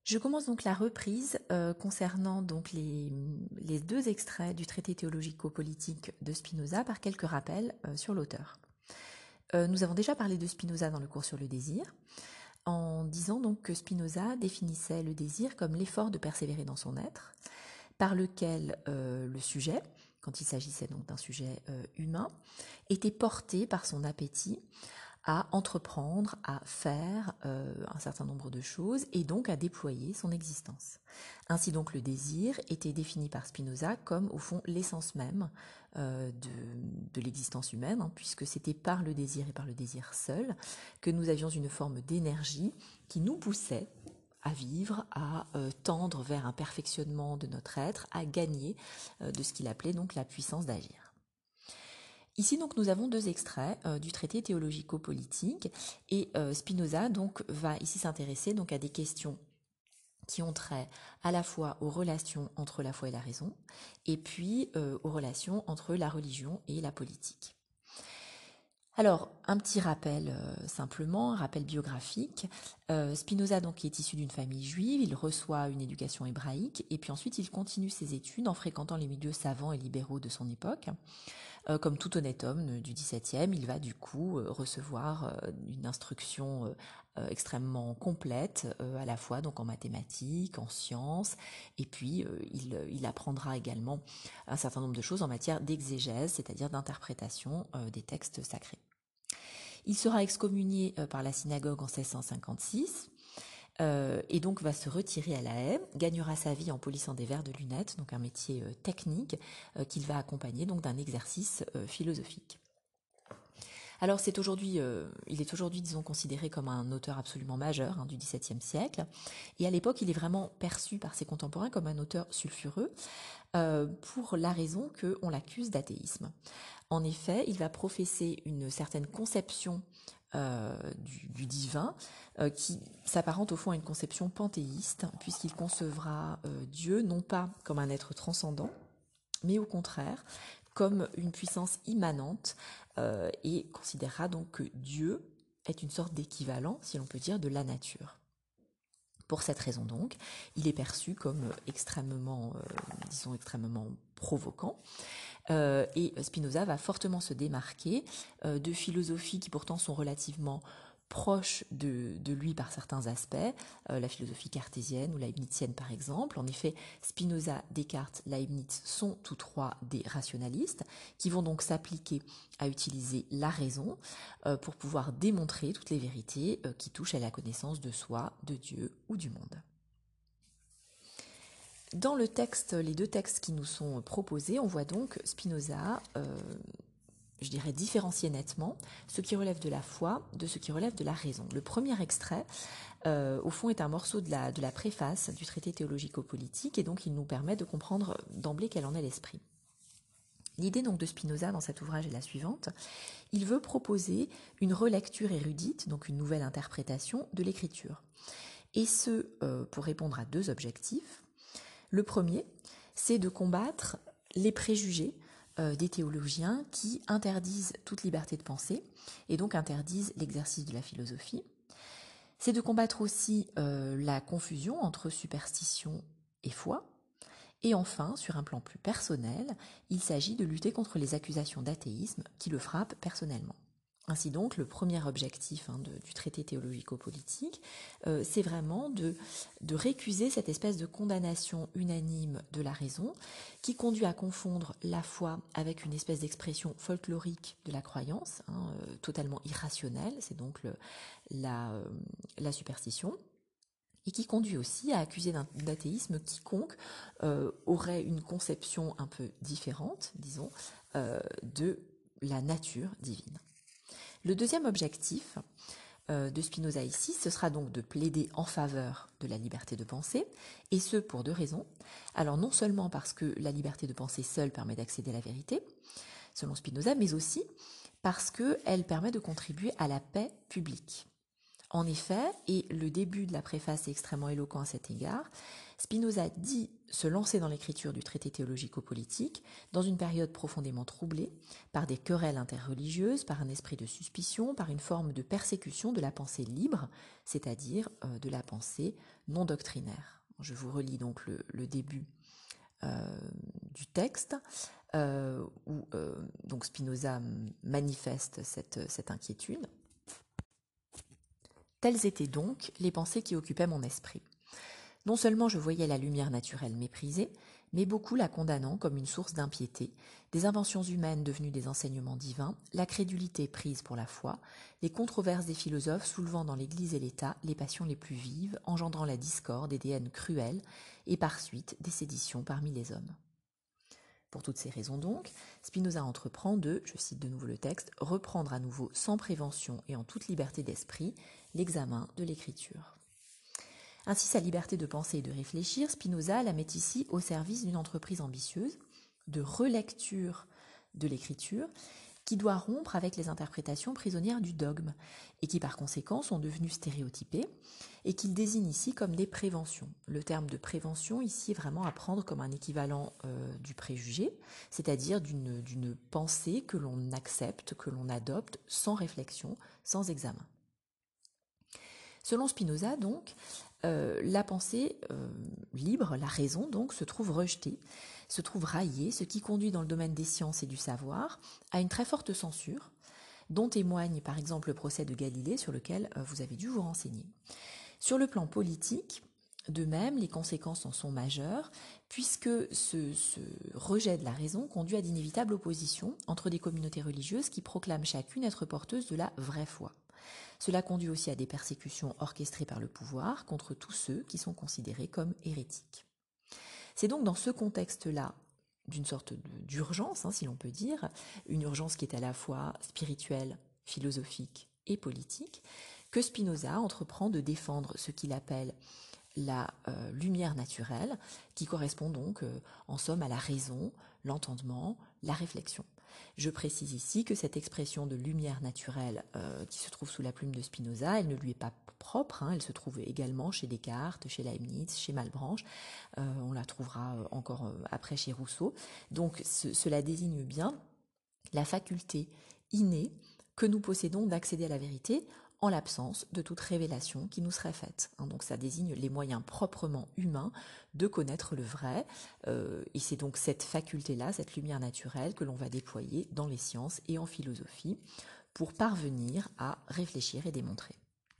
Je commence donc la reprise concernant donc les deux extraits du traité théologico-politique de Spinoza par quelques rappels sur l'auteur. Nous avons déjà parlé de Spinoza dans le cours sur le désir, en disant donc que Spinoza définissait le désir comme l'effort de persévérer dans son être, par lequel le sujet, quand il s'agissait donc d'un sujet humain, était porté par son appétit à entreprendre, à faire un certain nombre de choses et donc à déployer son existence. Ainsi donc le désir était défini par Spinoza comme au fond l'essence même de l'existence humaine, puisque c'était par le désir et par le désir seul que nous avions une forme d'énergie qui nous poussait à vivre, à tendre vers un perfectionnement de notre être, à gagner de ce qu'il appelait donc la puissance d'agir. Ici donc nous avons deux extraits du traité théologico-politique et Spinoza donc va ici s'intéresser donc à des questions qui ont trait à la fois aux relations entre la foi et la raison et puis aux relations entre la religion et la politique. Alors, un petit rappel simplement, un rappel biographique. Spinoza donc est issu d'une famille juive, il reçoit une éducation hébraïque et puis ensuite il continue ses études en fréquentant les milieux savants et libéraux de son époque. Comme tout honnête homme du XVIIe, il va du coup recevoir une instruction extrêmement complète, à la fois donc en mathématiques, en sciences, et puis il apprendra également un certain nombre de choses en matière d'exégèse, c'est-à-dire d'interprétation des textes sacrés. Il sera excommunié par la synagogue en 1656. Et donc va se retirer à La Haye, gagnera sa vie en polissant des verres de lunettes, donc un métier technique qu'il va accompagner donc d'un exercice philosophique. Alors il est aujourd'hui, disons, considéré comme un auteur absolument majeur du XVIIe siècle, et à l'époque il est vraiment perçu par ses contemporains comme un auteur sulfureux, pour la raison qu'on l'accuse d'athéisme. En effet, il va professer une certaine conception du divin qui s'apparente au fond à une conception panthéiste, puisqu'il concevra Dieu non pas comme un être transcendant, mais au contraire comme une puissance immanente et considérera donc que Dieu est une sorte d'équivalent, si l'on peut dire, de la nature. Pour cette raison donc, il est perçu comme extrêmement provoquant. Et Spinoza va fortement se démarquer de philosophies qui pourtant sont relativement proches de lui par certains aspects, la philosophie cartésienne ou leibnizienne par exemple. En effet, Spinoza, Descartes, Leibniz sont tous trois des rationalistes qui vont donc s'appliquer à utiliser la raison pour pouvoir démontrer toutes les vérités qui touchent à la connaissance de soi, de Dieu ou du monde. Dans le texte, les deux textes qui nous sont proposés, on voit donc Spinoza, je dirais, différencier nettement ce qui relève de la foi de ce qui relève de la raison. Le premier extrait, au fond, est un morceau de la préface du traité théologico-politique et donc il nous permet de comprendre d'emblée quel en est l'esprit. L'idée donc de Spinoza dans cet ouvrage est la suivante. Il veut proposer une relecture érudite, donc une nouvelle interprétation de l'écriture. Et ce, pour répondre à deux objectifs. Le premier, c'est de combattre les préjugés des théologiens qui interdisent toute liberté de pensée et donc interdisent l'exercice de la philosophie. C'est de combattre aussi la confusion entre superstition et foi. Et enfin, sur un plan plus personnel, il s'agit de lutter contre les accusations d'athéisme qui le frappent personnellement. Ainsi donc, le premier objectif du traité théologico-politique, c'est vraiment de récuser cette espèce de condamnation unanime de la raison qui conduit à confondre la foi avec une espèce d'expression folklorique de la croyance, totalement irrationnelle, c'est donc la superstition, et qui conduit aussi à accuser d'athéisme quiconque aurait une conception un peu différente, disons, de la nature divine. Le deuxième objectif de Spinoza ici, ce sera donc de plaider en faveur de la liberté de penser, et ce pour deux raisons. Alors non seulement parce que la liberté de penser seule permet d'accéder à la vérité, selon Spinoza, mais aussi parce qu'elle permet de contribuer à la paix publique. En effet, et le début de la préface est extrêmement éloquent à cet égard, Spinoza dit se lancer dans l'écriture du traité théologico-politique dans une période profondément troublée par des querelles interreligieuses, par un esprit de suspicion, par une forme de persécution de la pensée libre, c'est-à-dire de la pensée non doctrinaire. Je vous relis donc le début du texte où donc Spinoza manifeste cette inquiétude. Telles étaient donc les pensées qui occupaient mon esprit. Non seulement je voyais la lumière naturelle méprisée, mais beaucoup la condamnant comme une source d'impiété, des inventions humaines devenues des enseignements divins, la crédulité prise pour la foi, les controverses des philosophes soulevant dans l'Église et l'État les passions les plus vives, engendrant la discorde et des haines cruelles, et par suite des séditions parmi les hommes. Pour toutes ces raisons donc, Spinoza entreprend de, je cite de nouveau le texte, reprendre à nouveau sans prévention et en toute liberté d'esprit l'examen de l'écriture. Ainsi, sa liberté de penser et de réfléchir, Spinoza la met ici au service d'une entreprise ambitieuse de relecture de l'écriture qui doit rompre avec les interprétations prisonnières du dogme et qui par conséquent sont devenues stéréotypées et qu'il désigne ici comme des préventions. Le terme de prévention ici est vraiment à prendre comme un équivalent du préjugé, c'est-à-dire d'une pensée que l'on accepte, que l'on adopte sans réflexion, sans examen. Selon Spinoza, donc, la pensée libre, la raison, donc, se trouve rejetée, se trouve raillée, ce qui conduit dans le domaine des sciences et du savoir à une très forte censure, dont témoigne par exemple le procès de Galilée sur lequel vous avez dû vous renseigner. Sur le plan politique, de même, les conséquences en sont majeures, puisque ce rejet de la raison conduit à d'inévitables oppositions entre des communautés religieuses qui proclament chacune être porteuses de la vraie foi. Cela conduit aussi à des persécutions orchestrées par le pouvoir contre tous ceux qui sont considérés comme hérétiques. C'est donc dans ce contexte-là, d'une sorte d'urgence, si l'on peut dire, une urgence qui est à la fois spirituelle, philosophique et politique, que Spinoza entreprend de défendre ce qu'il appelle la lumière naturelle, qui correspond donc en somme à la raison, l'entendement, la réflexion. Je précise ici que cette expression de lumière naturelle qui se trouve sous la plume de Spinoza, elle ne lui est pas propre, elle se trouve également chez Descartes, chez Leibniz, chez Malebranche, on la trouvera encore après chez Rousseau. Donc cela désigne bien la faculté innée que nous possédons d'accéder à la vérité en l'absence de toute révélation qui nous serait faite. Donc ça désigne les moyens proprement humains de connaître le vrai, et c'est donc cette faculté-là, cette lumière naturelle que l'on va déployer dans les sciences et en philosophie pour parvenir à réfléchir et démontrer.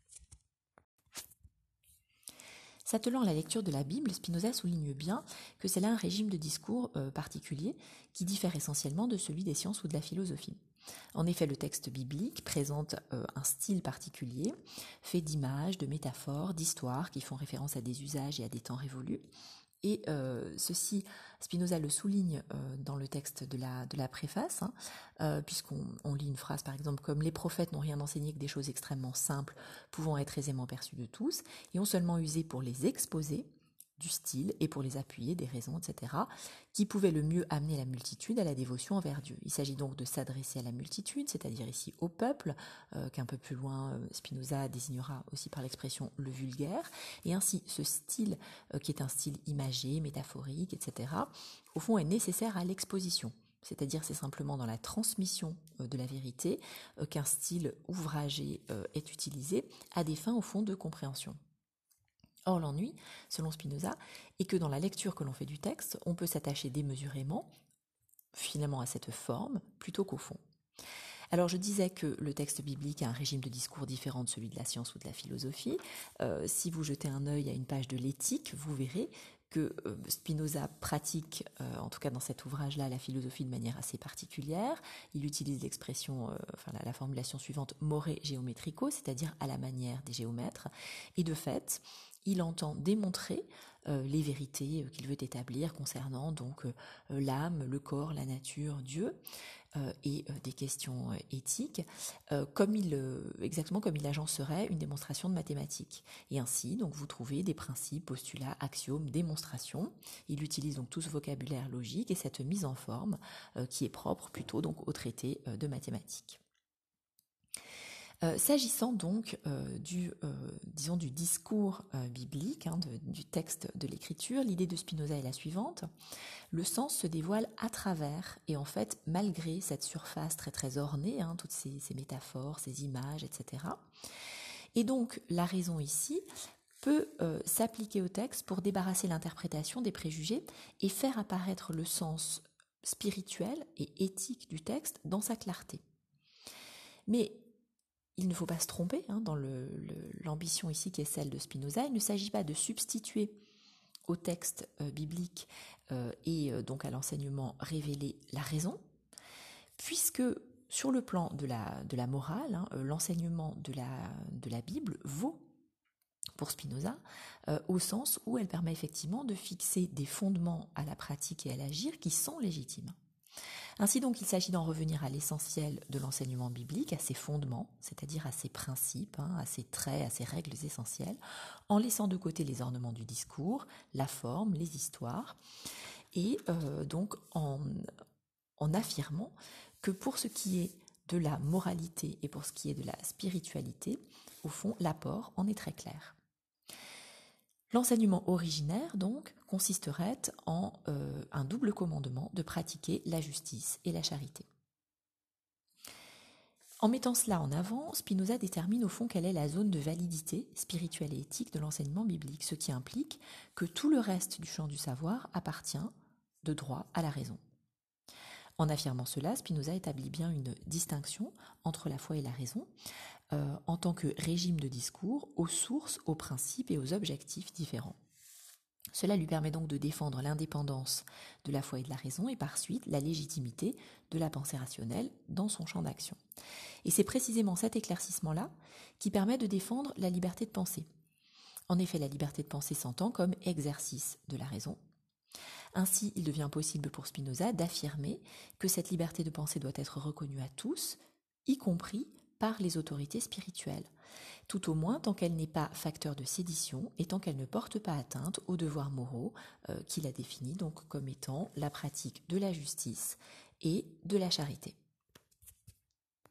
S'attelant à la lecture de la Bible, Spinoza souligne bien que c'est là un régime de discours particulier qui diffère essentiellement de celui des sciences ou de la philosophie. En effet, le texte biblique présente un style particulier, fait d'images, de métaphores, d'histoires qui font référence à des usages et à des temps révolus. Et ceci, Spinoza le souligne dans le texte de la préface, puisqu'on lit une phrase par exemple comme « Les prophètes n'ont rien enseigné que des choses extrêmement simples, pouvant être aisément perçues de tous, et ont seulement usé pour les exposer du style et pour les appuyer des raisons, etc., qui pouvaient le mieux amener la multitude à la dévotion envers Dieu. » Il s'agit donc de s'adresser à la multitude, c'est-à-dire ici au peuple, qu'un peu plus loin Spinoza désignera aussi par l'expression le vulgaire, et ainsi ce style, qui est un style imagé, métaphorique, etc., au fond est nécessaire à l'exposition. C'est-à-dire c'est simplement dans la transmission de la vérité qu'un style ouvragé est utilisé à des fins au fond de compréhension. Or, l'ennui, selon Spinoza, est que dans la lecture que l'on fait du texte, on peut s'attacher démesurément, finalement, à cette forme, plutôt qu'au fond. Alors, je disais que le texte biblique a un régime de discours différent de celui de la science ou de la philosophie. Si vous jetez un œil à une page de l'éthique, vous verrez que Spinoza pratique, en tout cas dans cet ouvrage-là, la philosophie de manière assez particulière. Il utilise l'expression, la formulation suivante, more geometrico, c'est-à-dire à la manière des géomètres. Et de fait, il entend démontrer les vérités qu'il veut établir concernant donc l'âme, le corps, la nature, Dieu et des questions éthiques, exactement comme il agencerait une démonstration de mathématiques. Et ainsi, donc, vous trouvez des principes, postulats, axiomes, démonstrations. Il utilise donc tout ce vocabulaire logique et cette mise en forme qui est propre plutôt donc au traité de mathématiques. S'agissant donc du discours biblique, du texte de l'écriture, l'idée de Spinoza est la suivante. Le sens se dévoile à travers et en fait malgré cette surface très très ornée, toutes ces métaphores, ces images, etc. Et donc la raison ici peut s'appliquer au texte pour débarrasser l'interprétation des préjugés et faire apparaître le sens spirituel et éthique du texte dans sa clarté. Mais il ne faut pas se tromper dans l'ambition ici qui est celle de Spinoza. Il ne s'agit pas de substituer au texte biblique et donc à l'enseignement révélé la raison, puisque sur le plan de la morale, l'enseignement de la Bible vaut pour Spinoza, au sens où elle permet effectivement de fixer des fondements à la pratique et à l'agir qui sont légitimes. Ainsi donc, il s'agit d'en revenir à l'essentiel de l'enseignement biblique, à ses fondements, c'est-à-dire à ses principes, à ses traits, à ses règles essentielles, en laissant de côté les ornements du discours, la forme, les histoires, et donc en affirmant que pour ce qui est de la moralité et pour ce qui est de la spiritualité, au fond, l'apport en est très clair. L'enseignement originaire, donc, consisterait en un double commandement de pratiquer la justice et la charité. En mettant cela en avant, Spinoza détermine au fond quelle est la zone de validité spirituelle et éthique de l'enseignement biblique, ce qui implique que tout le reste du champ du savoir appartient de droit à la raison. En affirmant cela, Spinoza établit bien une distinction entre la foi et la raison, en tant que régime de discours aux sources, aux principes et aux objectifs différents. Cela lui permet donc de défendre l'indépendance de la foi et de la raison et par suite la légitimité de la pensée rationnelle dans son champ d'action. Et c'est précisément cet éclaircissement-là qui permet de défendre la liberté de penser. En effet, la liberté de penser s'entend comme exercice de la raison. Ainsi, il devient possible pour Spinoza d'affirmer que cette liberté de penser doit être reconnue à tous, y compris par les autorités spirituelles, tout au moins tant qu'elle n'est pas facteur de sédition et tant qu'elle ne porte pas atteinte aux devoirs moraux qu'il a définis donc comme étant la pratique de la justice et de la charité.